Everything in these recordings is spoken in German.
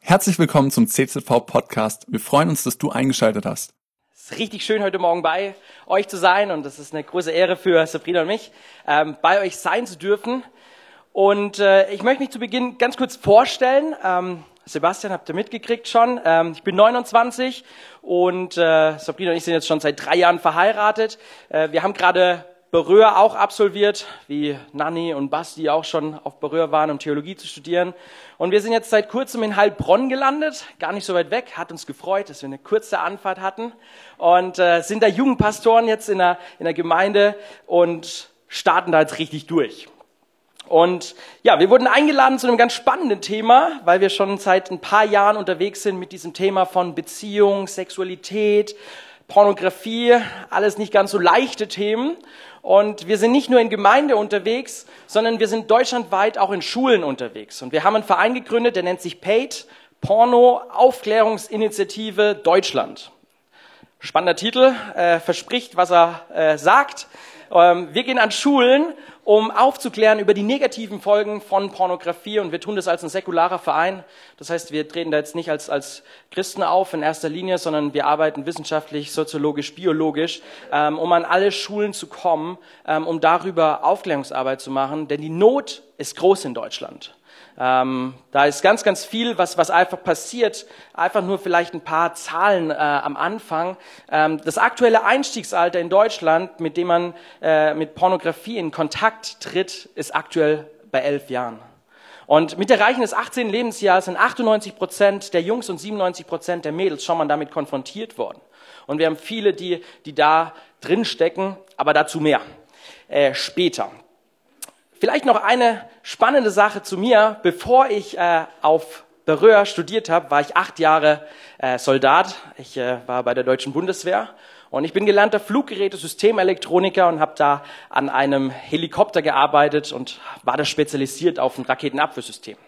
Herzlich willkommen zum CZV Podcast. Wir freuen uns, dass du eingeschaltet hast. Es ist richtig schön, heute Morgen bei euch zu sein und es ist eine große Ehre für Sabrina und mich, bei euch sein zu dürfen. Und ich möchte mich zu Beginn ganz kurz vorstellen. Sebastian, habt ihr mitgekriegt schon. Ich bin 29 und Sabrina und ich sind jetzt schon seit 3 Jahren verheiratet. Wir haben gerade Berühr auch absolviert, wie Nanni und Basti auch schon auf Berühr waren, um Theologie zu studieren. Und wir sind jetzt seit kurzem in Heilbronn gelandet, gar nicht so weit weg. Hat uns gefreut, dass wir eine kurze Anfahrt hatten. Und sind da Jugendpastoren jetzt in der Gemeinde und starten da jetzt richtig durch. Und ja, wir wurden eingeladen zu einem ganz spannenden Thema, weil wir schon seit ein paar Jahren unterwegs sind mit diesem Thema von Beziehung, Sexualität, Pornografie, alles nicht ganz so leichte Themen. Und wir sind nicht nur in Gemeinde unterwegs, sondern wir sind deutschlandweit auch in Schulen unterwegs. Und wir haben einen Verein gegründet, der nennt sich PAID, Porno Aufklärungsinitiative Deutschland. Spannender Titel, verspricht, was er sagt. Wir gehen an Schulen, um aufzuklären über die negativen Folgen von Pornografie, und wir tun das als ein säkularer Verein. Das heißt, wir treten da jetzt nicht als Christen auf in erster Linie, sondern wir arbeiten wissenschaftlich, soziologisch, biologisch, um an alle Schulen zu kommen, um darüber Aufklärungsarbeit zu machen, denn die Not ist groß in Deutschland. Da ist ganz, ganz viel, was einfach passiert. Einfach nur vielleicht ein paar Zahlen am Anfang. Das aktuelle Einstiegsalter in Deutschland, mit dem man mit Pornografie in Kontakt tritt, ist aktuell bei 11 Jahren. Und mit Erreichen des 18. Lebensjahres sind 98% der Jungs und 97% der Mädels schon mal damit konfrontiert worden. Und wir haben viele, die da drin stecken, aber dazu mehr später. Vielleicht noch eine spannende Sache zu mir. Bevor ich auf Berühr studiert habe, war ich 8 Jahre Soldat. Ich war bei der Deutschen Bundeswehr und ich bin gelernter Fluggeräte-Systemelektroniker und habe da an einem Helikopter gearbeitet und war da spezialisiert auf ein Raketenabwehrsystem.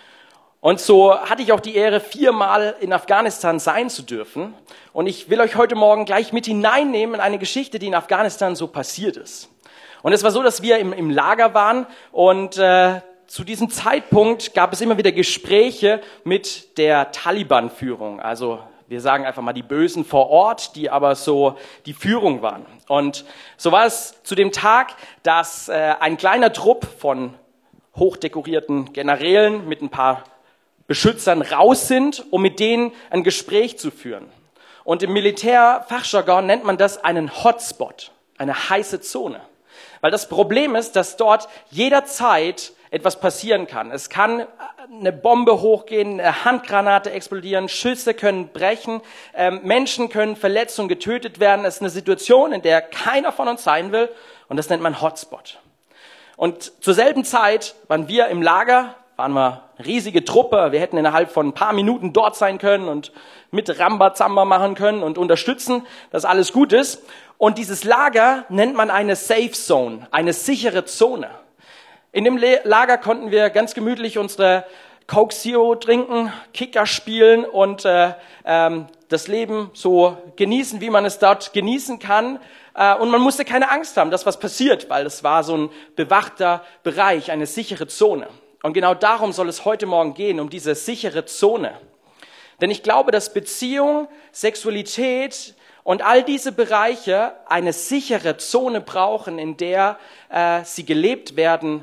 Und so hatte ich auch die Ehre, 4-mal in Afghanistan sein zu dürfen. Und ich will euch heute Morgen gleich mit hineinnehmen in eine Geschichte, die in Afghanistan so passiert ist. Und es war so, dass wir im Lager waren und zu diesem Zeitpunkt gab es immer wieder Gespräche mit der Taliban-Führung. Also wir sagen einfach mal die Bösen vor Ort, die aber so die Führung waren. Und so war es zu dem Tag, dass ein kleiner Trupp von hochdekorierten Generälen mit ein paar Beschützern raus sind, um mit denen ein Gespräch zu führen. Und im Militärfachjargon nennt man das einen Hotspot, eine heiße Zone. Weil das Problem ist, dass dort jederzeit etwas passieren kann. Es kann eine Bombe hochgehen, eine Handgranate explodieren, Schüsse können brechen, Menschen können verletzt und getötet werden. Es ist eine Situation, in der keiner von uns sein will, und das nennt man Hotspot. Und zur selben Zeit waren wir im Lager, waren wir eine riesige Truppe. Wir hätten innerhalb von ein paar Minuten dort sein können und mit Rambazamba machen können und unterstützen, dass alles gut ist. Und dieses Lager nennt man eine Safe Zone, eine sichere Zone. In dem Lager konnten wir ganz gemütlich unsere Coke Zero trinken, Kicker spielen und das Leben so genießen, wie man es dort genießen kann. Und man musste keine Angst haben, dass was passiert, weil es war so ein bewachter Bereich, eine sichere Zone. Und genau darum soll es heute Morgen gehen, um diese sichere Zone. Denn ich glaube, dass Beziehung, Sexualität und all diese Bereiche eine sichere Zone brauchen, in der sie gelebt werden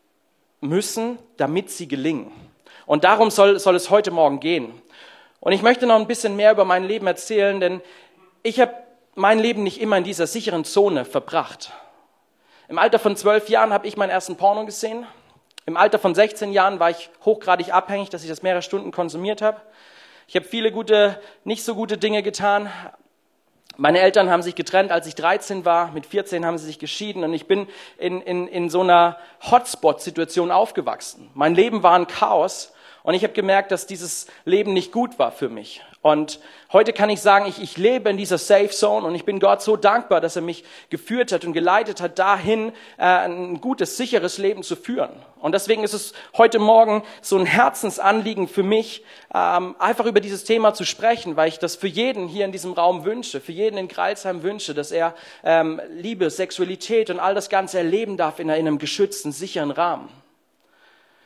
müssen, damit sie gelingen. Und darum soll es heute Morgen gehen. Und ich möchte noch ein bisschen mehr über mein Leben erzählen, denn ich habe mein Leben nicht immer in dieser sicheren Zone verbracht. Im Alter von 12 Jahren habe ich meinen ersten Porno gesehen. Im Alter von 16 Jahren war ich hochgradig abhängig, dass ich das mehrere Stunden konsumiert habe. Ich habe viele nicht so gute Dinge getan. Meine Eltern haben sich getrennt, als ich 13 war. Mit 14 haben sie sich geschieden und ich bin in so einer Hotspot-Situation aufgewachsen. Mein Leben war ein Chaos und ich habe gemerkt, dass dieses Leben nicht gut war für mich. Und heute kann ich sagen, ich lebe in dieser Safe Zone und ich bin Gott so dankbar, dass er mich geführt hat und geleitet hat, dahin ein gutes, sicheres Leben zu führen. Und deswegen ist es heute Morgen so ein Herzensanliegen für mich, einfach über dieses Thema zu sprechen, weil ich das für jeden hier in diesem Raum wünsche, für jeden in Crailsheim wünsche, dass er Liebe, Sexualität und all das Ganze erleben darf in einem geschützten, sicheren Rahmen.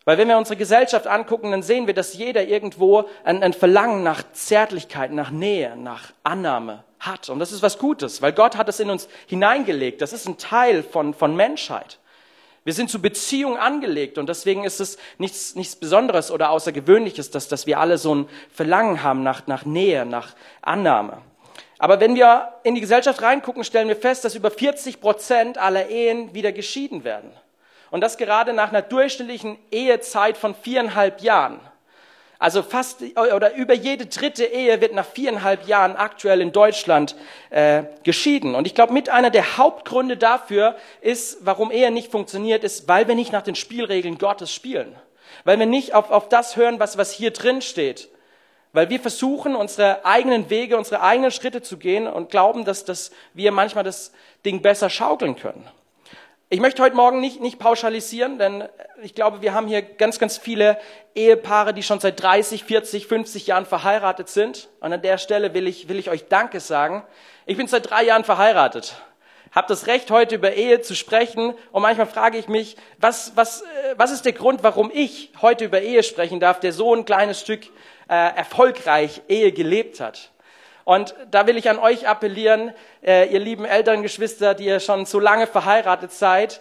Weil wenn wir unsere Gesellschaft angucken, dann sehen wir, dass jeder irgendwo ein Verlangen nach Zärtlichkeit, nach Nähe, nach Annahme hat. Und das ist was Gutes, weil Gott hat das in uns hineingelegt. Das ist ein Teil von Menschheit. Wir sind zu Beziehung angelegt und deswegen ist es nichts Besonderes oder Außergewöhnliches, dass wir alle so ein Verlangen haben nach Nähe, nach Annahme. Aber wenn wir in die Gesellschaft reingucken, stellen wir fest, dass über 40% aller Ehen wieder geschieden werden. Und das gerade nach einer durchschnittlichen Ehezeit von 4,5 Jahren. Also fast oder über jede dritte Ehe wird nach 4,5 Jahren aktuell in Deutschland geschieden. Und ich glaube, mit einer der Hauptgründe dafür ist, warum Ehe nicht funktioniert, ist, weil wir nicht nach den Spielregeln Gottes spielen. Weil wir nicht auf das hören, was hier drin steht. Weil wir versuchen, unsere eigenen Wege, unsere eigenen Schritte zu gehen und glauben, dass wir manchmal das Ding besser schaukeln können. Ich möchte heute Morgen nicht pauschalisieren, denn ich glaube, wir haben hier ganz, ganz viele Ehepaare, die schon seit 30, 40, 50 Jahren verheiratet sind. Und an der Stelle will ich euch Danke sagen. Ich bin seit 3 Jahren verheiratet, habe das Recht, heute über Ehe zu sprechen. Und manchmal frage ich mich, was ist der Grund, warum ich heute über Ehe sprechen darf, der so ein kleines Stück erfolgreich Ehe gelebt hat. Und da will ich an euch appellieren, ihr lieben älteren Geschwister, die ihr schon so lange verheiratet seid,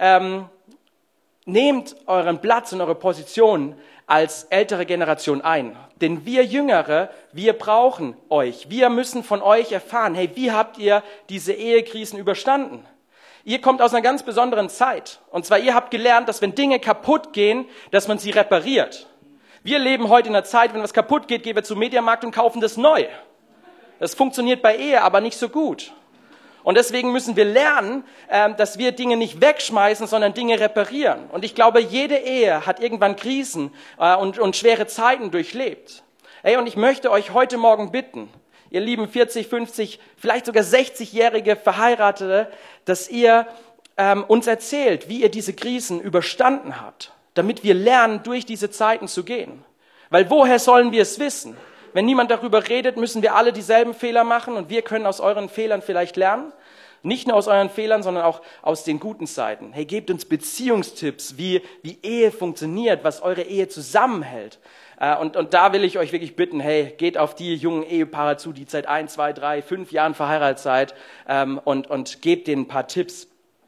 nehmt euren Platz und eure Position als ältere Generation ein. Denn wir Jüngere, wir brauchen euch. Wir müssen von euch erfahren, hey, wie habt ihr diese Ehekrisen überstanden? Ihr kommt aus einer ganz besonderen Zeit. Und zwar, ihr habt gelernt, dass wenn Dinge kaputt gehen, dass man sie repariert. Wir leben heute in einer Zeit, wenn was kaputt geht, gehen wir zum Mediamarkt und kaufen das neu. Das funktioniert bei Ehe aber nicht so gut. Und deswegen müssen wir lernen, dass wir Dinge nicht wegschmeißen, sondern Dinge reparieren. Und ich glaube, jede Ehe hat irgendwann Krisen und schwere Zeiten durchlebt. Hey, und ich möchte euch heute Morgen bitten, ihr lieben 40, 50, vielleicht sogar 60-jährige Verheiratete, dass ihr uns erzählt, wie ihr diese Krisen überstanden habt, damit wir lernen, durch diese Zeiten zu gehen. Weil woher sollen wir es wissen? Wenn niemand darüber redet, müssen wir alle dieselben Fehler machen und wir können aus euren Fehlern vielleicht lernen. Nicht nur aus euren Fehlern, sondern auch aus den guten Seiten. Hey, gebt uns Beziehungstipps, wie Ehe funktioniert, was eure Ehe zusammenhält. Und da will ich euch wirklich bitten, hey, geht auf die jungen Ehepaare zu, die seit 1, 2, 3, 5 Jahren verheiratet seid und gebt denen ein paar Tipps.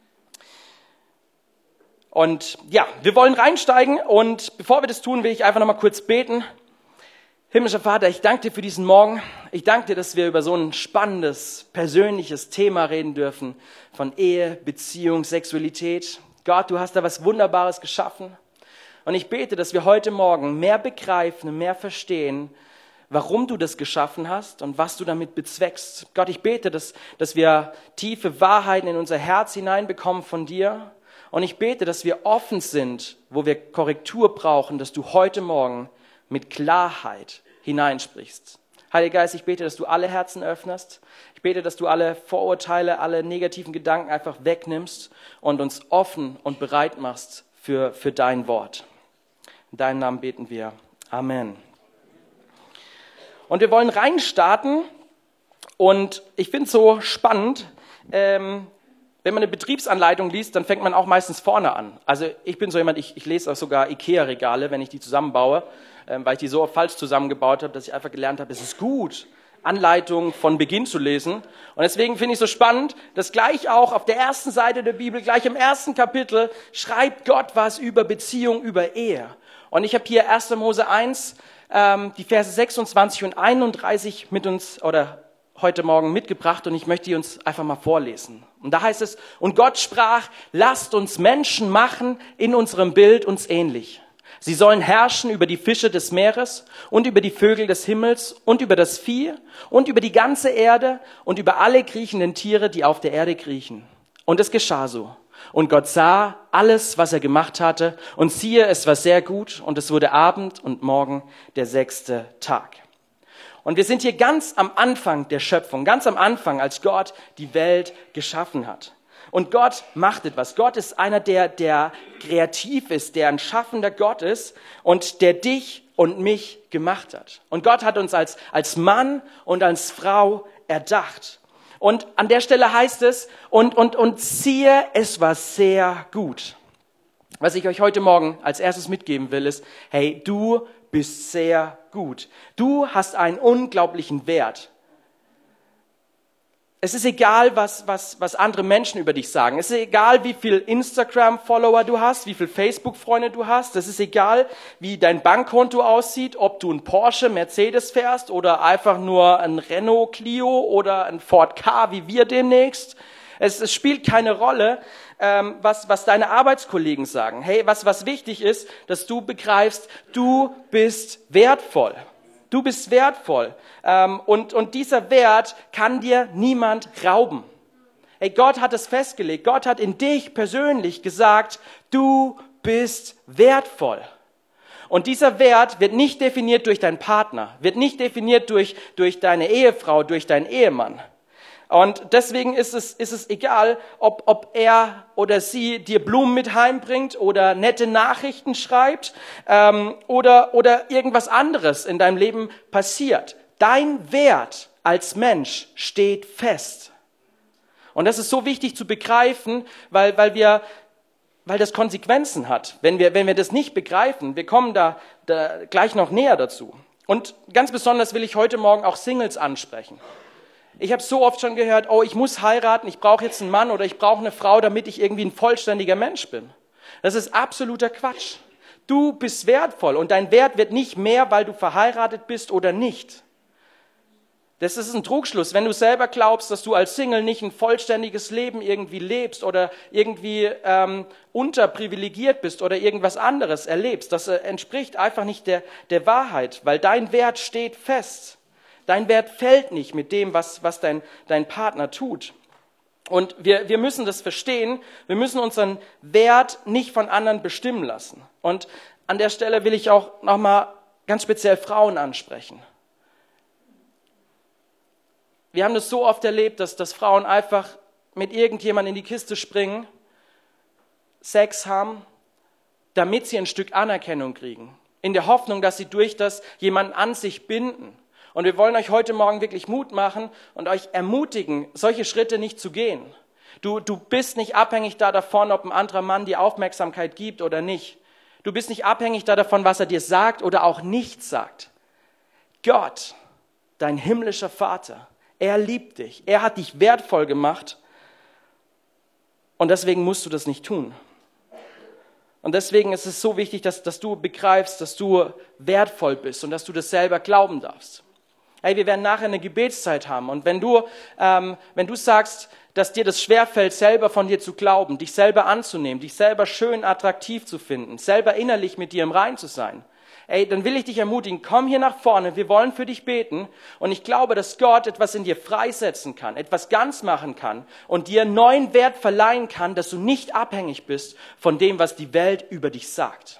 Und ja, wir wollen reinsteigen und bevor wir das tun, will ich einfach nochmal kurz beten. Himmlischer Vater, ich danke dir für diesen Morgen. Ich danke dir, dass wir über so ein spannendes, persönliches Thema reden dürfen von Ehe, Beziehung, Sexualität. Gott, du hast da was Wunderbares geschaffen. Und ich bete, dass wir heute Morgen mehr begreifen und mehr verstehen, warum du das geschaffen hast und was du damit bezweckst. Gott, ich bete, dass wir tiefe Wahrheiten in unser Herz hineinbekommen von dir. Und ich bete, dass wir offen sind, wo wir Korrektur brauchen, dass du heute Morgen mit Klarheit hineinsprichst. Heiliger Geist, ich bete, dass du alle Herzen öffnest. Ich bete, dass du alle Vorurteile, alle negativen Gedanken einfach wegnimmst und uns offen und bereit machst für dein Wort. In deinem Namen beten wir. Amen. Und wir wollen reinstarten und ich finde es so spannend, wenn man eine Betriebsanleitung liest, dann fängt man auch meistens vorne an. Also ich bin so jemand, ich lese auch sogar Ikea-Regale, wenn ich die zusammenbaue, weil ich die so falsch zusammengebaut habe, dass ich einfach gelernt habe, es ist gut, Anleitungen von Beginn zu lesen. Und deswegen finde ich es so spannend, dass gleich auch auf der ersten Seite der Bibel, gleich im ersten Kapitel, schreibt Gott was über Beziehung, über Ehe. Und ich habe hier 1. Mose 1, die Verse 26 und 31 mit uns oder heute Morgen mitgebracht und ich möchte die uns einfach mal vorlesen. Und da heißt es, und Gott sprach, lasst uns Menschen machen, in unserem Bild uns ähnlich. Sie sollen herrschen über die Fische des Meeres und über die Vögel des Himmels und über das Vieh und über die ganze Erde und über alle kriechenden Tiere, die auf der Erde kriechen. Und es geschah so. Und Gott sah alles, was er gemacht hatte, und siehe, es war sehr gut, und es wurde Abend und Morgen der 6. Tag. Und wir sind hier ganz am Anfang der Schöpfung, ganz am Anfang, als Gott die Welt geschaffen hat. Und Gott macht etwas. Gott ist einer, der kreativ ist, der ein schaffender Gott ist und der dich und mich gemacht hat. Und Gott hat uns als Mann und als Frau erdacht. Und an der Stelle heißt es, und siehe, es war sehr gut. Was ich euch heute Morgen als erstes mitgeben will, ist, hey, du bist sehr gut. Du hast einen unglaublichen Wert. Es ist egal, was andere Menschen über dich sagen. Es ist egal, wie viel Instagram-Follower du hast, wie viel Facebook-Freunde du hast. Es ist egal, wie dein Bankkonto aussieht, ob du ein Porsche, Mercedes fährst oder einfach nur ein Renault Clio oder ein Ford Ka, wie wir demnächst. Es spielt keine Rolle, was deine Arbeitskollegen sagen. Hey, was wichtig ist, dass du begreifst, du bist wertvoll. Du bist wertvoll. Und dieser Wert kann dir niemand rauben. Hey, Gott hat es festgelegt. Gott hat in dich persönlich gesagt, du bist wertvoll. Und dieser Wert wird nicht definiert durch deinen Partner, wird nicht definiert durch deine Ehefrau, durch deinen Ehemann. Und deswegen ist es egal, ob er oder sie dir Blumen mit heimbringt oder nette Nachrichten schreibt oder irgendwas anderes in deinem Leben passiert. Dein Wert als Mensch steht fest. Und das ist so wichtig zu begreifen, weil das Konsequenzen hat. Wenn wir das nicht begreifen, wir kommen da gleich noch näher dazu. Und ganz besonders will ich heute Morgen auch Singles ansprechen. Ich habe so oft schon gehört, oh, ich muss heiraten, ich brauche jetzt einen Mann oder ich brauche eine Frau, damit ich irgendwie ein vollständiger Mensch bin. Das ist absoluter Quatsch. Du bist wertvoll und dein Wert wird nicht mehr, weil du verheiratet bist oder nicht. Das ist ein Trugschluss, wenn du selber glaubst, dass du als Single nicht ein vollständiges Leben irgendwie lebst oder irgendwie unterprivilegiert bist oder irgendwas anderes erlebst. Das entspricht einfach nicht der Wahrheit, weil dein Wert steht fest. Dein Wert fällt nicht mit dem, was dein Partner tut. Und wir müssen das verstehen. Wir müssen unseren Wert nicht von anderen bestimmen lassen. Und an der Stelle will ich auch nochmal ganz speziell Frauen ansprechen. Wir haben das so oft erlebt, dass Frauen einfach mit irgendjemandem in die Kiste springen, Sex haben, damit sie ein Stück Anerkennung kriegen. In der Hoffnung, dass sie durch das jemanden an sich binden. Und wir wollen euch heute Morgen wirklich Mut machen und euch ermutigen, solche Schritte nicht zu gehen. Du bist nicht abhängig davon, ob ein anderer Mann dir Aufmerksamkeit gibt oder nicht. Du bist nicht abhängig davon, was er dir sagt oder auch nicht sagt. Gott, dein himmlischer Vater, er liebt dich. Er hat dich wertvoll gemacht. Und deswegen musst du das nicht tun. Und deswegen ist es so wichtig, dass du begreifst, dass du wertvoll bist und dass du das selber glauben darfst. Hey, wir werden nachher eine Gebetszeit haben. Und wenn du sagst, dass dir das schwerfällt, selber von dir zu glauben, dich selber anzunehmen, dich selber schön attraktiv zu finden, selber innerlich mit dir im Rein zu sein, dann will ich dich ermutigen, komm hier nach vorne, wir wollen für dich beten. Und ich glaube, dass Gott etwas in dir freisetzen kann, etwas ganz machen kann und dir einen neuen Wert verleihen kann, dass du nicht abhängig bist von dem, was die Welt über dich sagt.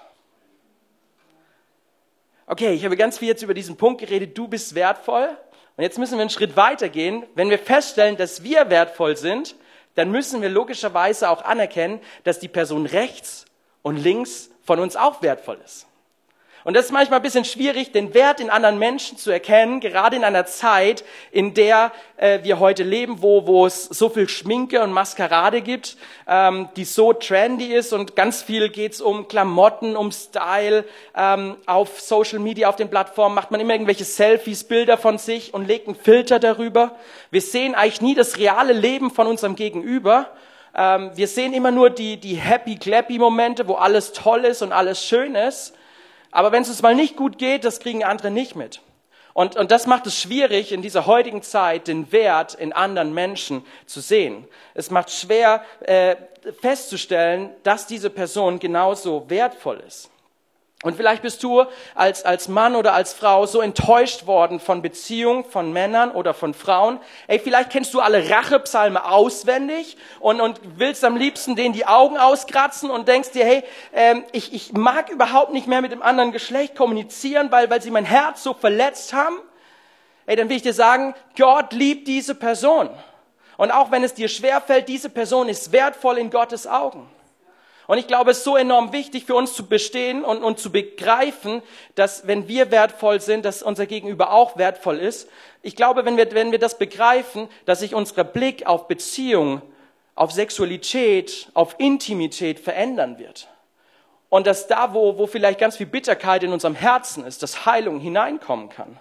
Okay, ich habe ganz viel jetzt über diesen Punkt geredet, du bist wertvoll. Und jetzt müssen wir einen Schritt weiter gehen. Wenn wir feststellen, dass wir wertvoll sind, dann müssen wir logischerweise auch anerkennen, dass die Person rechts und links von uns auch wertvoll ist. Und das ist manchmal ein bisschen schwierig, den Wert in anderen Menschen zu erkennen, gerade in einer Zeit, in der wir heute leben, wo es so viel Schminke und Maskerade gibt, die so trendy ist und ganz viel geht's um Klamotten, um Style. Auf Social Media, auf den Plattformen macht man immer irgendwelche Selfies, Bilder von sich und legt einen Filter darüber. Wir sehen eigentlich nie das reale Leben von unserem Gegenüber. Wir sehen immer nur die happy-clappy-Momente, wo alles toll ist und alles schön ist. Aber wenn es uns mal nicht gut geht, das kriegen andere nicht mit. Und das macht es schwierig, in dieser heutigen Zeit den Wert in anderen Menschen zu sehen. Es macht schwer festzustellen, dass diese Person genauso wertvoll ist. Und vielleicht bist du als Mann oder als Frau so enttäuscht worden von Beziehungen, von Männern oder von Frauen. Vielleicht kennst du alle Rachepsalme auswendig und willst am liebsten denen die Augen auskratzen und denkst dir, ich mag überhaupt nicht mehr mit dem anderen Geschlecht kommunizieren, weil sie mein Herz so verletzt haben. Dann will ich dir sagen, Gott liebt diese Person. Und auch wenn es dir schwerfällt, diese Person ist wertvoll in Gottes Augen. Und ich glaube, es ist so enorm wichtig für uns zu bestehen und zu begreifen, dass wenn wir wertvoll sind, dass unser Gegenüber auch wertvoll ist. Ich glaube, wenn wir das begreifen, dass sich unser Blick auf Beziehung, auf Sexualität, auf Intimität verändern wird. Und dass da, wo vielleicht ganz viel Bitterkeit in unserem Herzen ist, dass Heilung hineinkommen kann.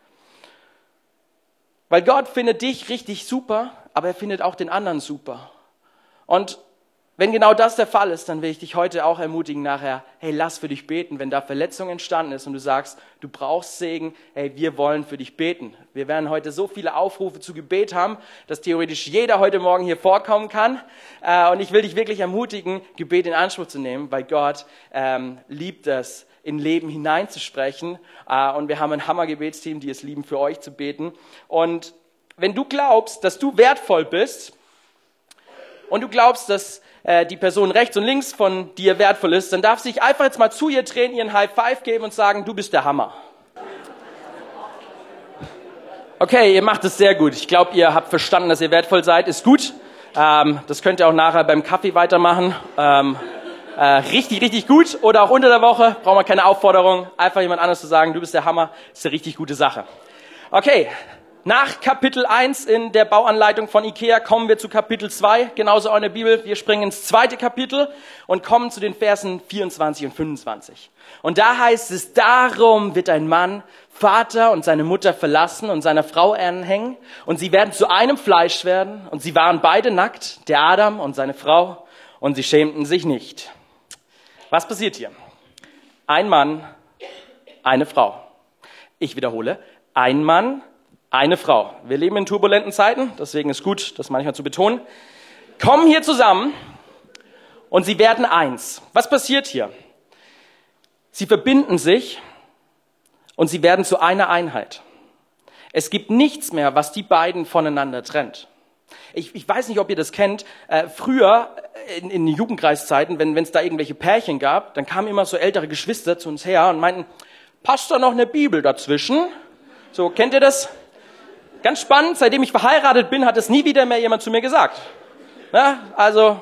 Weil Gott findet dich richtig super, aber er findet auch den anderen super. Und wenn genau das der Fall ist, dann will ich dich heute auch ermutigen nachher, hey, lass für dich beten, wenn da Verletzung entstanden ist und du sagst, du brauchst Segen, hey, wir wollen für dich beten. Wir werden heute so viele Aufrufe zu Gebet haben, dass theoretisch jeder heute Morgen hier vorkommen kann. Und ich will dich wirklich ermutigen, Gebet in Anspruch zu nehmen, weil Gott liebt es, in Leben hineinzusprechen. Und wir haben ein Hammergebetsteam, die es lieben, für euch zu beten. Und wenn du glaubst, dass du wertvoll bist und du glaubst, dass die Person rechts und links von dir wertvoll ist, dann darf sie sich einfach jetzt mal zu ihr drehen, ihren High Five geben und sagen, du bist der Hammer. Okay, ihr macht es sehr gut. Ich glaube, ihr habt verstanden, dass ihr wertvoll seid. Ist gut. Das könnt ihr auch nachher beim Kaffee weitermachen. Richtig, richtig gut. Oder auch unter der Woche. Brauchen wir keine Aufforderung. Einfach jemand anderes zu sagen, du bist der Hammer. Ist eine richtig gute Sache. Okay. Nach Kapitel 1 in der Bauanleitung von Ikea kommen wir zu Kapitel 2, genauso auch in der Bibel. Wir springen ins zweite Kapitel und kommen zu den Versen 24 und 25. Und da heißt es, darum wird ein Mann Vater und seine Mutter verlassen und seiner Frau anhängen und sie werden zu einem Fleisch werden und sie waren beide nackt, der Adam und seine Frau, und sie schämten sich nicht. Was passiert hier? Ein Mann, eine Frau. Ich wiederhole, ein Mann, eine Frau. Wir leben in turbulenten Zeiten, deswegen ist gut, das manchmal zu betonen. Kommen hier zusammen und sie werden eins. Was passiert hier? Sie verbinden sich und sie werden zu einer Einheit. Es gibt nichts mehr, was die beiden voneinander trennt. Ich weiß nicht, ob ihr das kennt. Früher, in Jugendkreiszeiten, wenn es da irgendwelche Pärchen gab, dann kamen immer so ältere Geschwister zu uns her und meinten, passt da noch eine Bibel dazwischen? So, kennt ihr das? Ganz spannend, seitdem ich verheiratet bin, hat es nie wieder mehr jemand zu mir gesagt. Ja, also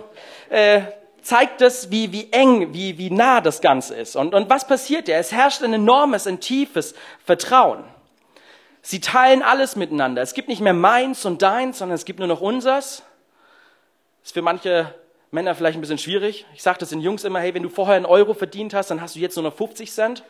zeigt es, wie eng, wie nah das Ganze ist. Und was passiert ja? Es herrscht ein enormes, ein tiefes Vertrauen. Sie teilen alles miteinander. Es gibt nicht mehr meins und deins, sondern es gibt nur noch unsers. Ist für manche Männer vielleicht ein bisschen schwierig. Ich sage das den Jungs immer, hey, wenn du vorher 1 Euro verdient hast, dann hast du jetzt nur noch 50 Cent.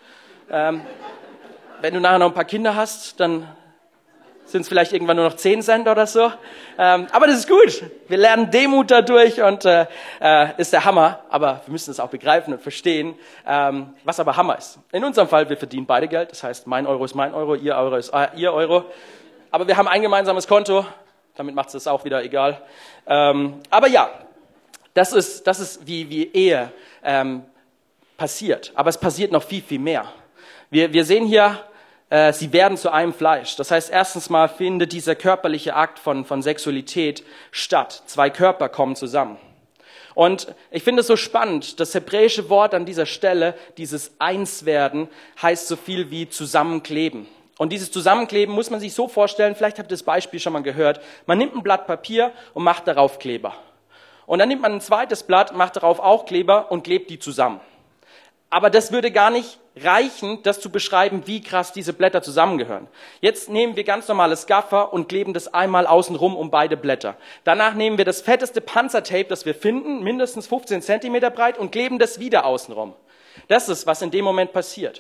Wenn du nachher noch ein paar Kinder hast, dann sind es vielleicht irgendwann nur noch 10 Cent oder so. Aber das ist gut. Wir lernen Demut dadurch und ist der Hammer. Aber wir müssen es auch begreifen und verstehen, was aber Hammer ist. In unserem Fall, wir verdienen beide Geld. Das heißt, mein Euro ist mein Euro, ihr Euro ist ihr Euro. Aber wir haben ein gemeinsames Konto. Damit macht es das auch wieder egal. Aber ja, das ist wie Ehe passiert. Aber es passiert noch viel, viel mehr. Wir sehen hier, sie werden zu einem Fleisch. Das heißt, erstens mal findet dieser körperliche Akt von Sexualität statt. 2 Körper kommen zusammen. Und ich finde es so spannend, das hebräische Wort an dieser Stelle, dieses Einswerden, heißt so viel wie zusammenkleben. Und dieses Zusammenkleben muss man sich so vorstellen, vielleicht habt ihr das Beispiel schon mal gehört, man nimmt ein Blatt Papier und macht darauf Kleber. Und dann nimmt man ein zweites Blatt, macht darauf auch Kleber und klebt die zusammen. Aber das würde gar nicht reichen, das zu beschreiben, wie krass diese Blätter zusammengehören. Jetzt nehmen wir ganz normales Gaffer und kleben das einmal außenrum um beide Blätter. Danach nehmen wir das fetteste Panzertape, das wir finden, mindestens 15 Zentimeter breit, und kleben das wieder außenrum. Das ist, was in dem Moment passiert.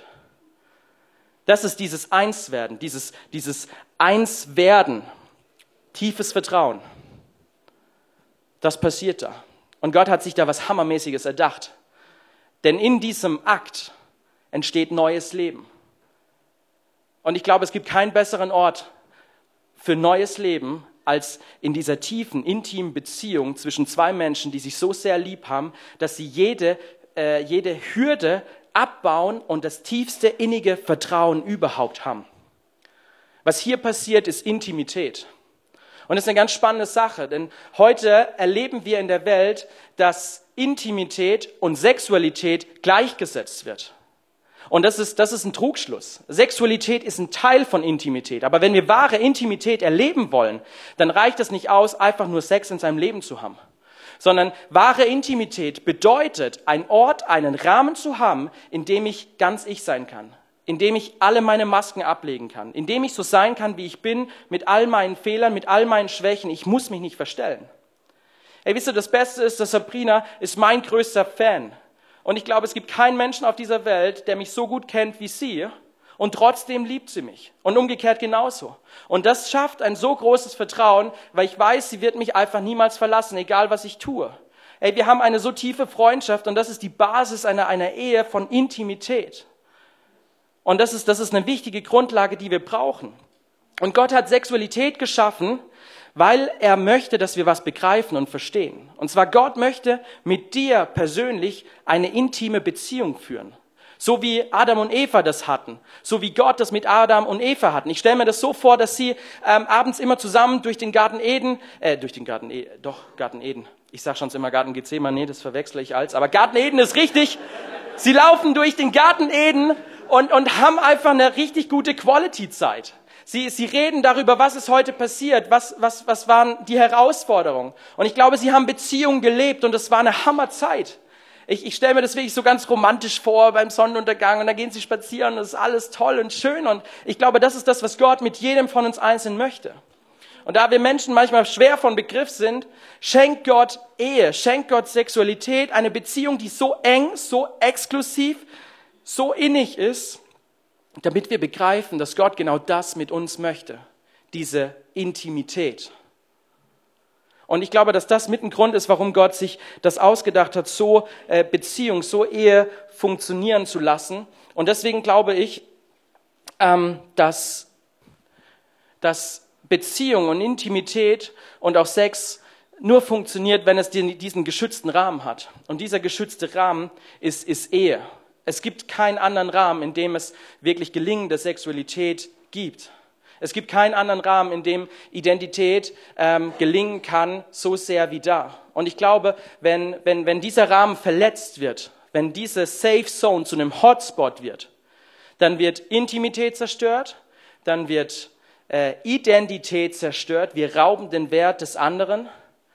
Das ist dieses Einswerden, dieses Einswerden, tiefes Vertrauen. Das passiert da. Und Gott hat sich da was Hammermäßiges erdacht. Denn in diesem Akt entsteht neues Leben. Und ich glaube, es gibt keinen besseren Ort für neues Leben als in dieser tiefen, intimen Beziehung zwischen 2 Menschen, die sich so sehr lieb haben, dass sie jede Hürde abbauen und das tiefste innige Vertrauen überhaupt haben. Was hier passiert, ist Intimität. Und das ist eine ganz spannende Sache, denn heute erleben wir in der Welt, dass Intimität und Sexualität gleichgesetzt wird. Und das ist ein Trugschluss. Sexualität ist ein Teil von Intimität. Aber wenn wir wahre Intimität erleben wollen, dann reicht es nicht aus, einfach nur Sex in seinem Leben zu haben. Sondern wahre Intimität bedeutet, einen Ort, einen Rahmen zu haben, in dem ich ganz ich sein kann. In dem ich alle meine Masken ablegen kann. In dem ich so sein kann, wie ich bin, mit all meinen Fehlern, mit all meinen Schwächen. Ich muss mich nicht verstellen. Ey, wisst ihr, das Beste ist, dass Sabrina ist mein größter Fan. Und ich glaube, es gibt keinen Menschen auf dieser Welt, der mich so gut kennt wie sie. Und trotzdem liebt sie mich. Und umgekehrt genauso. Und das schafft ein so großes Vertrauen, weil ich weiß, sie wird mich einfach niemals verlassen, egal was ich tue. Ey, wir haben eine so tiefe Freundschaft und das ist die Basis einer Ehe von Intimität. Und das ist eine wichtige Grundlage, die wir brauchen. Und Gott hat Sexualität geschaffen, weil er möchte, dass wir was begreifen und verstehen. Und zwar Gott möchte mit dir persönlich eine intime Beziehung führen. So wie Adam und Eva das hatten. So wie Gott das mit Adam und Eva hatten. Ich stelle mir das so vor, dass sie abends immer zusammen durch den Garten Eden. Ich sage schon immer Garten Gethsemane, das verwechsle ich als. Aber Garten Eden ist richtig. Sie laufen durch den Garten Eden und haben einfach eine richtig gute Quality-Zeit. Sie reden darüber, was ist heute passiert, was waren die Herausforderungen. Und ich glaube, sie haben Beziehungen gelebt und es war eine Hammerzeit. Ich stelle mir das wirklich so ganz romantisch vor beim Sonnenuntergang und da gehen sie spazieren und es ist alles toll und schön und ich glaube, das ist das, was Gott mit jedem von uns einzeln möchte. Und da wir Menschen manchmal schwer von Begriff sind, schenkt Gott Ehe, schenkt Gott Sexualität, eine Beziehung, die so eng, so exklusiv, so innig ist, damit wir begreifen, dass Gott genau das mit uns möchte, diese Intimität. Und ich glaube, dass das mit ein Grund ist, warum Gott sich das ausgedacht hat, so Beziehung, so Ehe funktionieren zu lassen. Und deswegen glaube ich, dass Beziehung und Intimität und auch Sex nur funktioniert, wenn es diesen geschützten Rahmen hat. Und dieser geschützte Rahmen ist Ehe. Es gibt keinen anderen Rahmen, in dem es wirklich gelingende Sexualität gibt. Es gibt keinen anderen Rahmen, in dem Identität gelingen kann, so sehr wie da. Und ich glaube, wenn dieser Rahmen verletzt wird, wenn diese Safe Zone zu einem Hotspot wird, dann wird Intimität zerstört, dann wird Identität zerstört, wir rauben den Wert des anderen.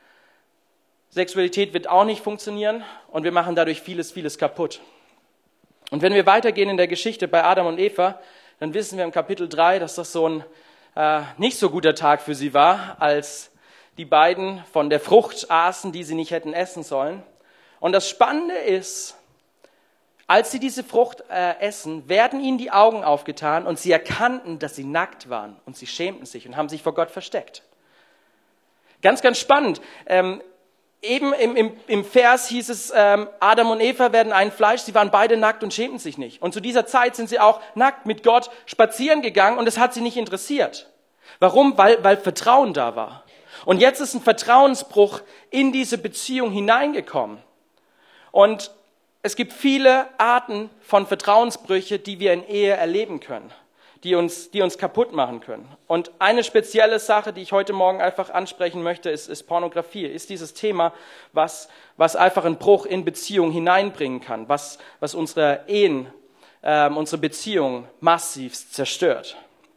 Sexualität wird auch nicht funktionieren und wir machen dadurch vieles kaputt. Und wenn wir weitergehen in der Geschichte bei Adam und Eva, dann wissen wir im Kapitel 3, dass das so ein nicht so guter Tag für sie war, als die beiden von der Frucht aßen, die sie nicht hätten essen sollen. Und das Spannende ist, als sie diese Frucht essen, werden ihnen die Augen aufgetan und sie erkannten, dass sie nackt waren und sie schämten sich und haben sich vor Gott versteckt. Ganz, ganz spannend. Eben im Vers hieß es, Adam und Eva werden ein Fleisch, sie waren beide nackt und schämten sich nicht. Und zu dieser Zeit sind sie auch nackt mit Gott spazieren gegangen und es hat sie nicht interessiert. Warum? Weil Vertrauen da war. Und jetzt ist ein Vertrauensbruch in diese Beziehung hineingekommen. Und es gibt viele Arten von Vertrauensbrüche, die wir in Ehe erleben können, die uns kaputt machen können. Und eine spezielle Sache, die ich heute Morgen einfach ansprechen möchte, ist Pornografie, ist dieses Thema, was einfach einen Bruch in Beziehungen hineinbringen kann, was unsere Ehen, unsere Beziehungen massiv zerstört.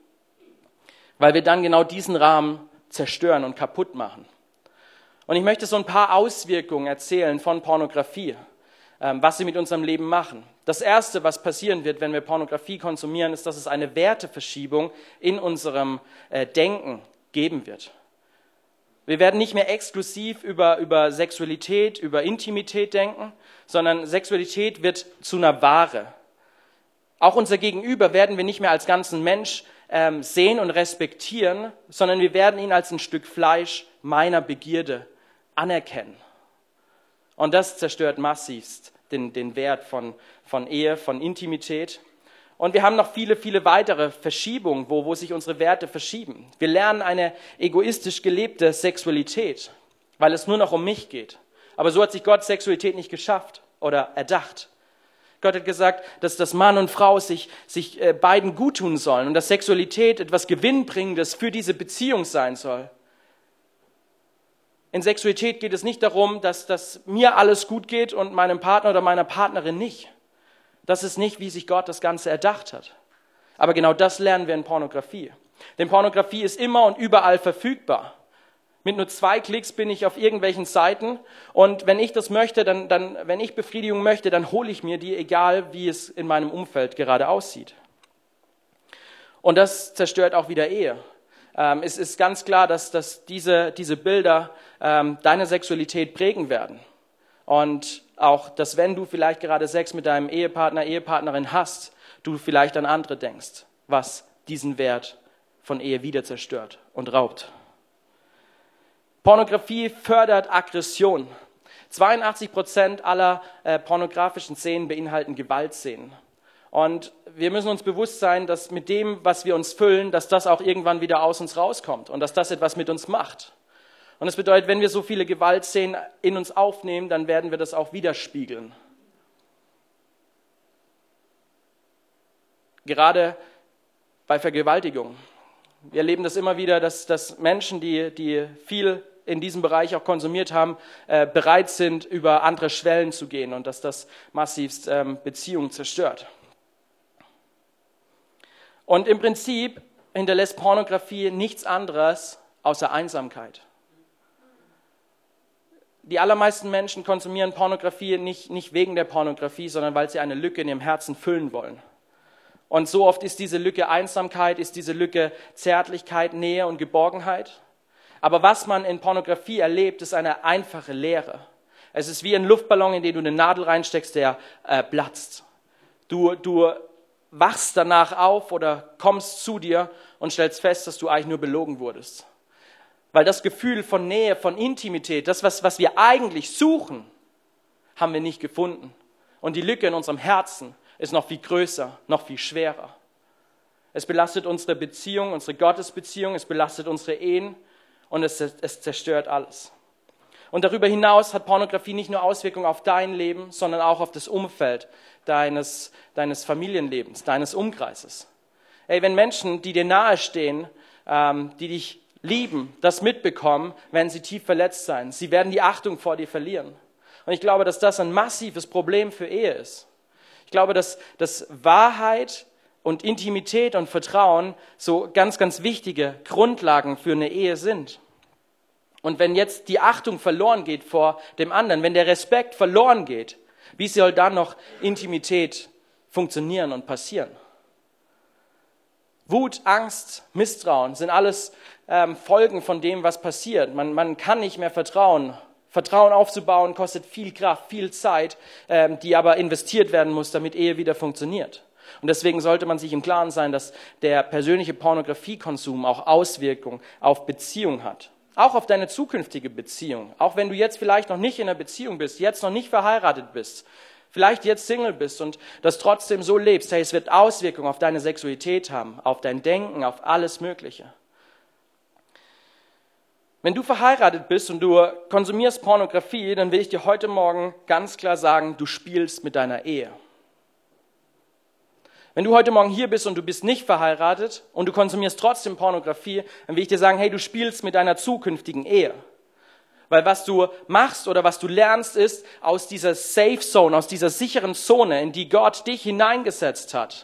Weil wir dann genau diesen Rahmen zerstören und kaputt machen. Und ich möchte so ein paar Auswirkungen erzählen von Pornografie, was sie mit unserem Leben machen. Das Erste, was passieren wird, wenn wir Pornografie konsumieren, ist, dass es eine Werteverschiebung in unserem Denken geben wird. Wir werden nicht mehr exklusiv über Sexualität, über Intimität denken, sondern Sexualität wird zu einer Ware. Auch unser Gegenüber werden wir nicht mehr als ganzen Mensch sehen und respektieren, sondern wir werden ihn als ein Stück Fleisch meiner Begierde anerkennen. Und das zerstört massivst den Wert von Ehe, von Intimität. Und wir haben noch viele weitere Verschiebungen, wo sich unsere Werte verschieben. Wir lernen eine egoistisch gelebte Sexualität, weil es nur noch um mich geht. Aber so hat sich Gott Sexualität nicht geschafft oder erdacht. Gott hat gesagt, dass Mann und Frau sich beiden guttun sollen und dass Sexualität etwas Gewinnbringendes für diese Beziehung sein soll. In Sexualität geht es nicht darum, dass mir alles gut geht und meinem Partner oder meiner Partnerin nicht. Das ist nicht, wie sich Gott das Ganze erdacht hat. Aber genau das lernen wir in Pornografie. Denn Pornografie ist immer und überall verfügbar. Mit nur 2 Klicks bin ich auf irgendwelchen Seiten und wenn ich das möchte, wenn ich Befriedigung möchte, dann hole ich mir die, egal wie es in meinem Umfeld gerade aussieht. Und das zerstört auch wieder Ehe. Es ist ganz klar, dass diese Bilder deine Sexualität prägen werden. Und auch, dass wenn du vielleicht gerade Sex mit deinem Ehepartner, Ehepartnerin hast, du vielleicht an andere denkst, was diesen Wert von Ehe wieder zerstört und raubt. Pornografie fördert Aggression. 82% aller pornografischen Szenen beinhalten Gewaltszenen. Und wir müssen uns bewusst sein, dass mit dem, was wir uns füllen, dass das auch irgendwann wieder aus uns rauskommt und dass das etwas mit uns macht. Und das bedeutet, wenn wir so viele Gewaltszenen in uns aufnehmen, dann werden wir das auch widerspiegeln. Gerade bei Vergewaltigung. Wir erleben das immer wieder, dass Menschen, die viel in diesem Bereich auch konsumiert haben, bereit sind, über andere Schwellen zu gehen und dass das massivst Beziehungen zerstört. Und im Prinzip hinterlässt Pornografie nichts anderes außer Einsamkeit. Die allermeisten Menschen konsumieren Pornografie nicht wegen der Pornografie, sondern weil sie eine Lücke in ihrem Herzen füllen wollen. Und so oft ist diese Lücke Einsamkeit, ist diese Lücke Zärtlichkeit, Nähe und Geborgenheit. Aber was man in Pornografie erlebt, ist eine einfache Leere. Es ist wie ein Luftballon, in den du eine Nadel reinsteckst, der platzt. Du wachst danach auf oder kommst zu dir und stellst fest, dass du eigentlich nur belogen wurdest. Weil das Gefühl von Nähe, von Intimität, das, was wir eigentlich suchen, haben wir nicht gefunden. Und die Lücke in unserem Herzen ist noch viel größer, noch viel schwerer. Es belastet unsere Beziehung, unsere Gottesbeziehung, es belastet unsere Ehen und es zerstört alles. Und darüber hinaus hat Pornografie nicht nur Auswirkungen auf dein Leben, sondern auch auf das Umfeld deines Familienlebens, deines Umkreises. Wenn Menschen, die dir nahestehen, die dich lieben, das mitbekommen, werden sie tief verletzt sein. Sie werden die Achtung vor dir verlieren. Und ich glaube, dass das ein massives Problem für Ehe ist. Ich glaube, dass Wahrheit und Intimität und Vertrauen so ganz, ganz wichtige Grundlagen für eine Ehe sind. Und wenn jetzt die Achtung verloren geht vor dem anderen, wenn der Respekt verloren geht, wie soll dann noch Intimität funktionieren und passieren? Wut, Angst, Misstrauen sind alles Folgen von dem, was passiert. Man kann nicht mehr vertrauen. Vertrauen aufzubauen kostet viel Kraft, viel Zeit, die aber investiert werden muss, damit Ehe wieder funktioniert. Und deswegen sollte man sich im Klaren sein, dass der persönliche Pornografiekonsum auch Auswirkungen auf Beziehung hat. Auch auf deine zukünftige Beziehung. Auch wenn du jetzt vielleicht noch nicht in einer Beziehung bist, jetzt noch nicht verheiratet bist, vielleicht jetzt Single bist und das trotzdem so lebst, hey, es wird Auswirkungen auf deine Sexualität haben, auf dein Denken, auf alles Mögliche. Wenn du verheiratet bist und du konsumierst Pornografie, dann will ich dir heute Morgen ganz klar sagen, du spielst mit deiner Ehe. Wenn du heute Morgen hier bist und du bist nicht verheiratet und du konsumierst trotzdem Pornografie, dann will ich dir sagen, hey, du spielst mit deiner zukünftigen Ehe. Weil was du machst oder was du lernst, ist aus dieser Safe Zone, aus dieser sicheren Zone, in die Gott dich hineingesetzt hat,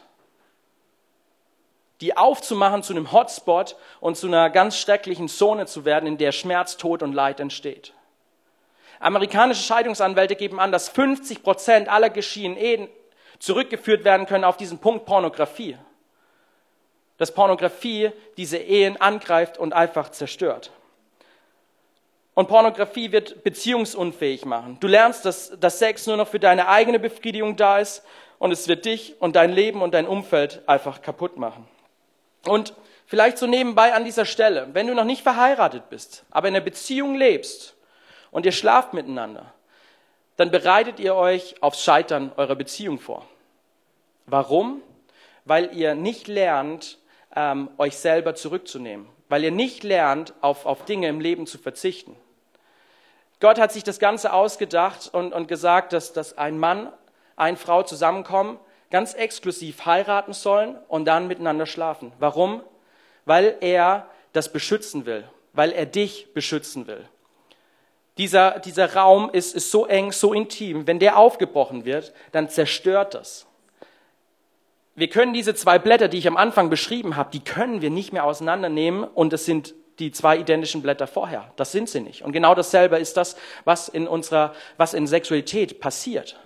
die aufzumachen zu einem Hotspot und zu einer ganz schrecklichen Zone zu werden, in der Schmerz, Tod und Leid entsteht. Amerikanische Scheidungsanwälte geben an, dass 50% aller geschiedenen Ehen zurückgeführt werden können auf diesen Punkt Pornografie. Dass Pornografie diese Ehen angreift und einfach zerstört. Und Pornografie wird beziehungsunfähig machen. Du lernst, dass Sex nur noch für deine eigene Befriedigung da ist und es wird dich und dein Leben und dein Umfeld einfach kaputt machen. Und vielleicht so nebenbei an dieser Stelle, wenn du noch nicht verheiratet bist, aber in einer Beziehung lebst und ihr schlaft miteinander, dann bereitet ihr euch aufs Scheitern eurer Beziehung vor. Warum? Weil ihr nicht lernt, euch selber zurückzunehmen. Weil ihr nicht lernt, auf Dinge im Leben zu verzichten. Gott hat sich das Ganze ausgedacht und gesagt, dass ein Mann, eine Frau zusammenkommen, ganz exklusiv heiraten sollen und dann miteinander schlafen. Warum? Weil er das beschützen will. Weil er dich beschützen will. Dieser Raum ist so eng, so intim. Wenn der aufgebrochen wird, dann zerstört das. Wir können diese 2 Blätter, die ich am Anfang beschrieben habe, die können wir nicht mehr auseinandernehmen und es sind die 2 identischen Blätter vorher. Das sind sie nicht. Und genau dasselbe ist das, was in Sexualität passiert.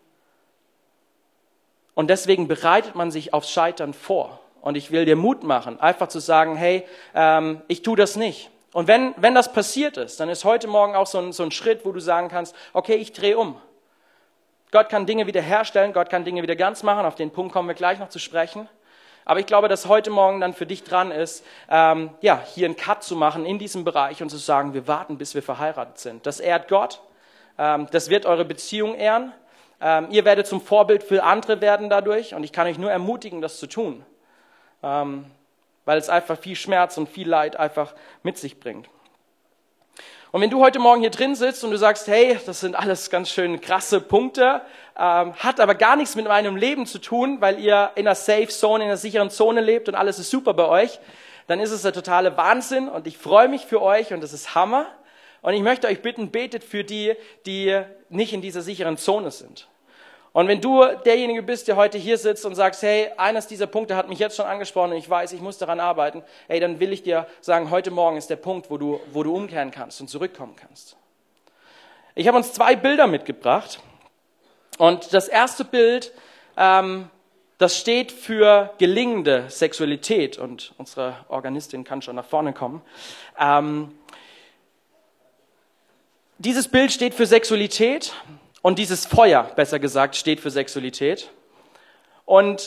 Und deswegen bereitet man sich aufs Scheitern vor. Und ich will dir Mut machen, einfach zu sagen, hey, ich tue das nicht. Und wenn das passiert ist, dann ist heute Morgen auch so ein Schritt, wo du sagen kannst, okay, ich drehe um. Gott kann Dinge wiederherstellen, Gott kann Dinge wieder ganz machen. Auf den Punkt kommen wir gleich noch zu sprechen. Aber ich glaube, dass heute Morgen dann für dich dran ist, hier einen Cut zu machen in diesem Bereich und zu sagen, wir warten, bis wir verheiratet sind. Das ehrt Gott, das wird eure Beziehung ehren. Ihr werdet zum Vorbild für andere werden dadurch und ich kann euch nur ermutigen, das zu tun, weil es einfach viel Schmerz und viel Leid einfach mit sich bringt. Und wenn du heute Morgen hier drin sitzt und du sagst, hey, das sind alles ganz schön krasse Punkte, hat aber gar nichts mit meinem Leben zu tun, weil ihr in einer Safe Zone, in einer sicheren Zone lebt und alles ist super bei euch, dann ist es der totale Wahnsinn und ich freue mich für euch und das ist Hammer. Und ich möchte euch bitten, betet für die, die nicht in dieser sicheren Zone sind. Und wenn du derjenige bist, der heute hier sitzt und sagst, hey, eines dieser Punkte hat mich jetzt schon angesprochen und ich weiß, ich muss daran arbeiten, hey, dann will ich dir sagen, heute Morgen ist der Punkt, wo du umkehren kannst und zurückkommen kannst. Ich habe uns 2 Bilder mitgebracht und das erste Bild, das steht für gelingende Sexualität und unsere Organistin kann schon nach vorne kommen. Dieses Bild steht für Sexualität. Und dieses Feuer, besser gesagt, steht für Sexualität. Und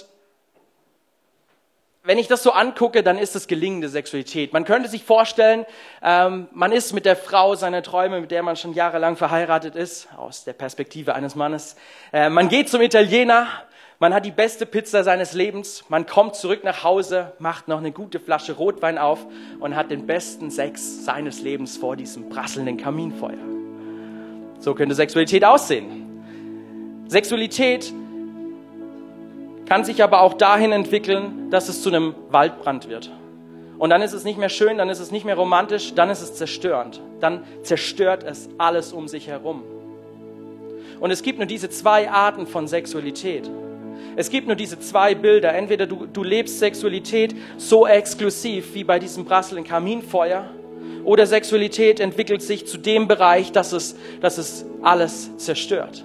wenn ich das so angucke, dann ist es gelingende Sexualität. Man könnte sich vorstellen, man ist mit der Frau seiner Träume, mit der man schon jahrelang verheiratet ist, aus der Perspektive eines Mannes. Man geht zum Italiener, man hat die beste Pizza seines Lebens, man kommt zurück nach Hause, macht noch eine gute Flasche Rotwein auf und hat den besten Sex seines Lebens vor diesem prasselnden Kaminfeuer. So könnte Sexualität aussehen. Sexualität kann sich aber auch dahin entwickeln, dass es zu einem Waldbrand wird. Und dann ist es nicht mehr schön, dann ist es nicht mehr romantisch, dann ist es zerstörend. Dann zerstört es alles um sich herum. Und es gibt nur diese 2 Arten von Sexualität. Es gibt nur diese 2 Bilder. Entweder du lebst Sexualität so exklusiv wie bei diesem prasselnden Kaminfeuer, oder Sexualität entwickelt sich zu dem Bereich, dass es alles zerstört.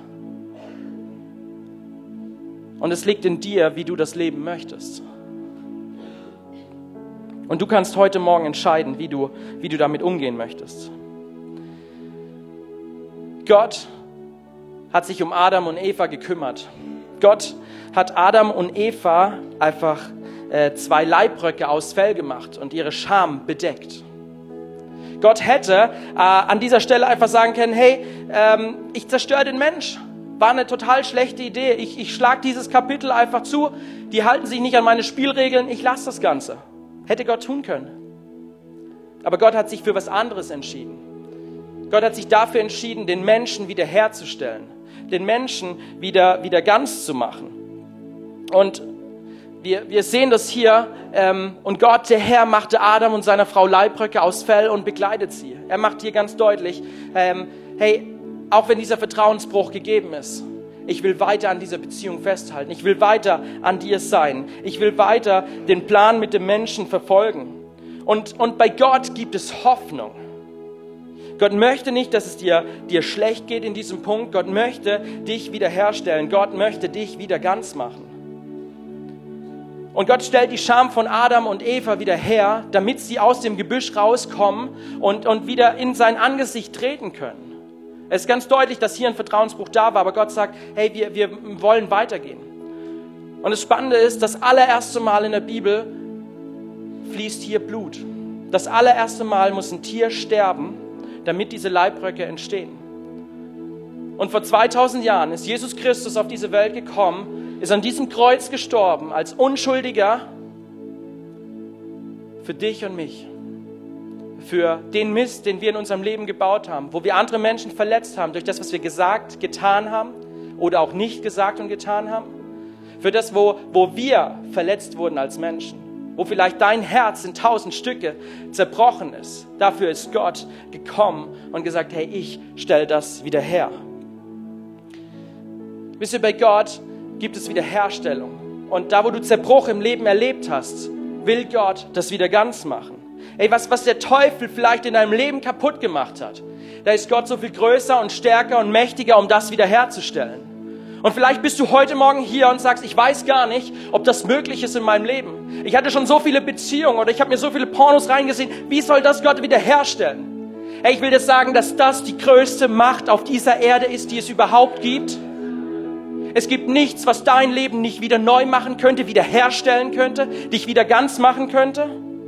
Und es liegt in dir, wie du das leben möchtest. Und du kannst heute Morgen entscheiden, wie du damit umgehen möchtest. Gott hat sich um Adam und Eva gekümmert. Gott hat Adam und Eva einfach 2 Leibröcke aus Fell gemacht und ihre Scham bedeckt. Gott hätte an dieser Stelle einfach sagen können, hey, ich zerstöre den Mensch. War eine total schlechte Idee. Ich schlage dieses Kapitel einfach zu. Die halten sich nicht an meine Spielregeln. Ich lasse das Ganze. Hätte Gott tun können. Aber Gott hat sich für was anderes entschieden. Gott hat sich dafür entschieden, den Menschen wiederherzustellen. Den Menschen wieder ganz zu machen. Und wir sehen das hier, und Gott, der Herr, machte Adam und seiner Frau Leibröcke aus Fell und begleitet sie. Er macht hier ganz deutlich, hey, auch wenn dieser Vertrauensbruch gegeben ist, ich will weiter an dieser Beziehung festhalten. Ich will weiter an dir sein. Ich will weiter den Plan mit dem Menschen verfolgen. Und bei Gott gibt es Hoffnung. Gott möchte nicht, dass es dir schlecht geht in diesem Punkt. Gott möchte dich wiederherstellen. Gott möchte dich wieder ganz machen. Und Gott stellt die Scham von Adam und Eva wieder her, damit sie aus dem Gebüsch rauskommen und wieder in sein Angesicht treten können. Es ist ganz deutlich, dass hier ein Vertrauensbruch da war, aber Gott sagt, hey, wir wollen weitergehen. Und das Spannende ist, das allererste Mal in der Bibel fließt hier Blut. Das allererste Mal muss ein Tier sterben, damit diese Leibröcke entstehen. Und vor 2000 Jahren ist Jesus Christus auf diese Welt gekommen, ist an diesem Kreuz gestorben, als Unschuldiger für dich und mich. Für den Mist, den wir in unserem Leben gebaut haben, wo wir andere Menschen verletzt haben, durch das, was wir gesagt, getan haben oder auch nicht gesagt und getan haben. Für das, wo wir verletzt wurden als Menschen, wo vielleicht dein Herz in 1000 Stücke zerbrochen ist. Dafür ist Gott gekommen und gesagt, hey, ich stelle das wieder her. Wisst ihr, bei Gott gibt es Wiederherstellung. Und da, wo du Zerbruch im Leben erlebt hast, will Gott das wieder ganz machen. Ey, was der Teufel vielleicht in deinem Leben kaputt gemacht hat, da ist Gott so viel größer und stärker und mächtiger, um das wiederherzustellen. Und vielleicht bist du heute Morgen hier und sagst, ich weiß gar nicht, ob das möglich ist in meinem Leben. Ich hatte schon so viele Beziehungen oder ich habe mir so viele Pornos reingesehen. Wie soll das Gott wiederherstellen? Ey, ich will dir sagen, dass das die größte Macht auf dieser Erde ist, die es überhaupt gibt. Es gibt nichts, was dein Leben nicht wieder neu machen könnte, wieder herstellen könnte, dich wieder ganz machen könnte.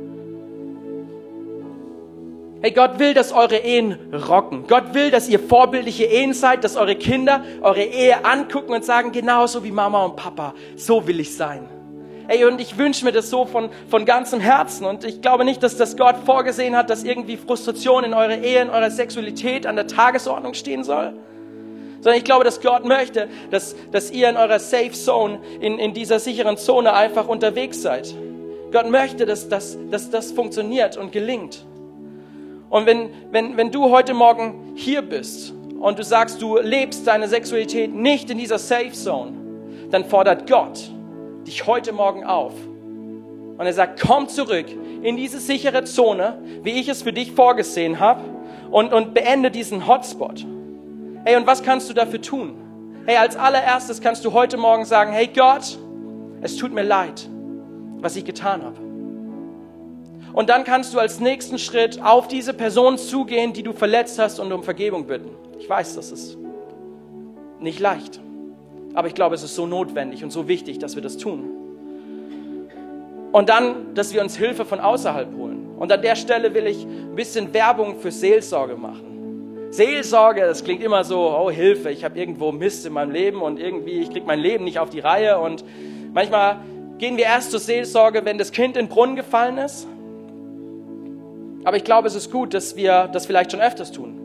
Hey, Gott will, dass eure Ehen rocken. Gott will, dass ihr vorbildliche Ehen seid, dass eure Kinder eure Ehe angucken und sagen, genauso wie Mama und Papa, so will ich sein. Hey, und ich wünsche mir das so von ganzem Herzen. Und ich glaube nicht, dass das Gott vorgesehen hat, dass irgendwie Frustration in eurer Ehe, in eurer Sexualität an der Tagesordnung stehen soll. Sondern ich glaube, dass Gott möchte, dass ihr in eurer Safe Zone, in dieser sicheren Zone einfach unterwegs seid. Gott möchte, dass das funktioniert und gelingt. Und wenn du heute Morgen hier bist und du sagst, du lebst deine Sexualität nicht in dieser Safe Zone, dann fordert Gott dich heute Morgen auf. Und er sagt, komm zurück in diese sichere Zone, wie ich es für dich vorgesehen habe, und beende diesen Hotspot. Hey, und was kannst du dafür tun? Hey, als allererstes kannst du heute Morgen sagen, hey Gott, es tut mir leid, was ich getan habe. Und dann kannst du als nächsten Schritt auf diese Person zugehen, die du verletzt hast, und um Vergebung bitten. Ich weiß, das ist nicht leicht. Aber ich glaube, es ist so notwendig und so wichtig, dass wir das tun. Und dann, dass wir uns Hilfe von außerhalb holen. Und an der Stelle will ich ein bisschen Werbung für Seelsorge machen. Seelsorge, das klingt immer so, oh Hilfe, ich habe irgendwo Mist in meinem Leben und irgendwie, ich kriege mein Leben nicht auf die Reihe. Und manchmal gehen wir erst zur Seelsorge, wenn das Kind in den Brunnen gefallen ist. Aber ich glaube, es ist gut, dass wir das vielleicht schon öfters tun.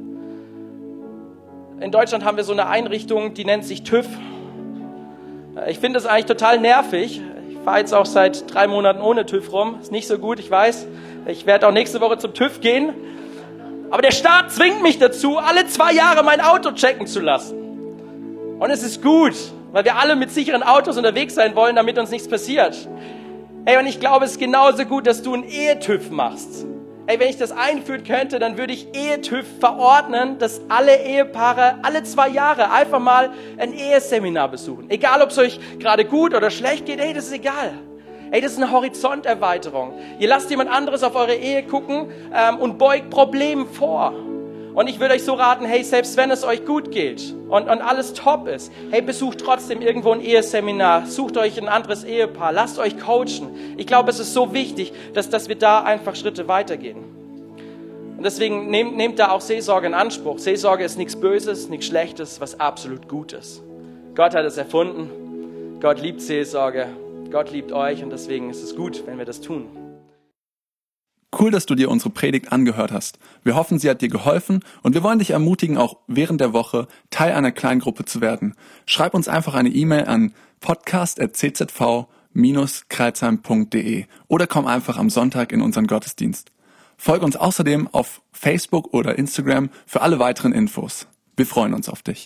In Deutschland haben wir so eine Einrichtung, die nennt sich TÜV. Ich finde das eigentlich total nervig. Ich fahre jetzt auch seit 3 Monaten ohne TÜV rum. Ist nicht so gut, ich weiß. Ich werde auch nächste Woche zum TÜV gehen. Aber der Staat zwingt mich dazu, alle 2 Jahre mein Auto checken zu lassen. Und es ist gut, weil wir alle mit sicheren Autos unterwegs sein wollen, damit uns nichts passiert. Hey, und ich glaube, es ist genauso gut, dass du einen Ehe-TÜV machst. Hey, wenn ich das einführen könnte, dann würde ich Ehe-TÜV verordnen, dass alle Ehepaare alle 2 Jahre einfach mal ein Eheseminar besuchen. Egal, ob es euch gerade gut oder schlecht geht, hey, das ist egal. Hey, das ist eine Horizonterweiterung. Ihr lasst jemand anderes auf eure Ehe gucken und beugt Problemen vor. Und ich würde euch so raten, hey, selbst wenn es euch gut geht und alles top ist, hey, besucht trotzdem irgendwo ein Eheseminar, sucht euch ein anderes Ehepaar, lasst euch coachen. Ich glaube, es ist so wichtig, dass wir da einfach Schritte weitergehen. Und deswegen nehmt da auch Seelsorge in Anspruch. Seelsorge ist nichts Böses, nichts Schlechtes, was absolut gut ist. Gott hat es erfunden, Gott liebt Seelsorge, Gott liebt euch, und deswegen ist es gut, wenn wir das tun. Cool, dass du dir unsere Predigt angehört hast. Wir hoffen, sie hat dir geholfen, und wir wollen dich ermutigen, auch während der Woche Teil einer Kleingruppe zu werden. Schreib uns einfach eine E-Mail an podcast@czv-kreilsheim.de oder komm einfach am Sonntag in unseren Gottesdienst. Folge uns außerdem auf Facebook oder Instagram für alle weiteren Infos. Wir freuen uns auf dich.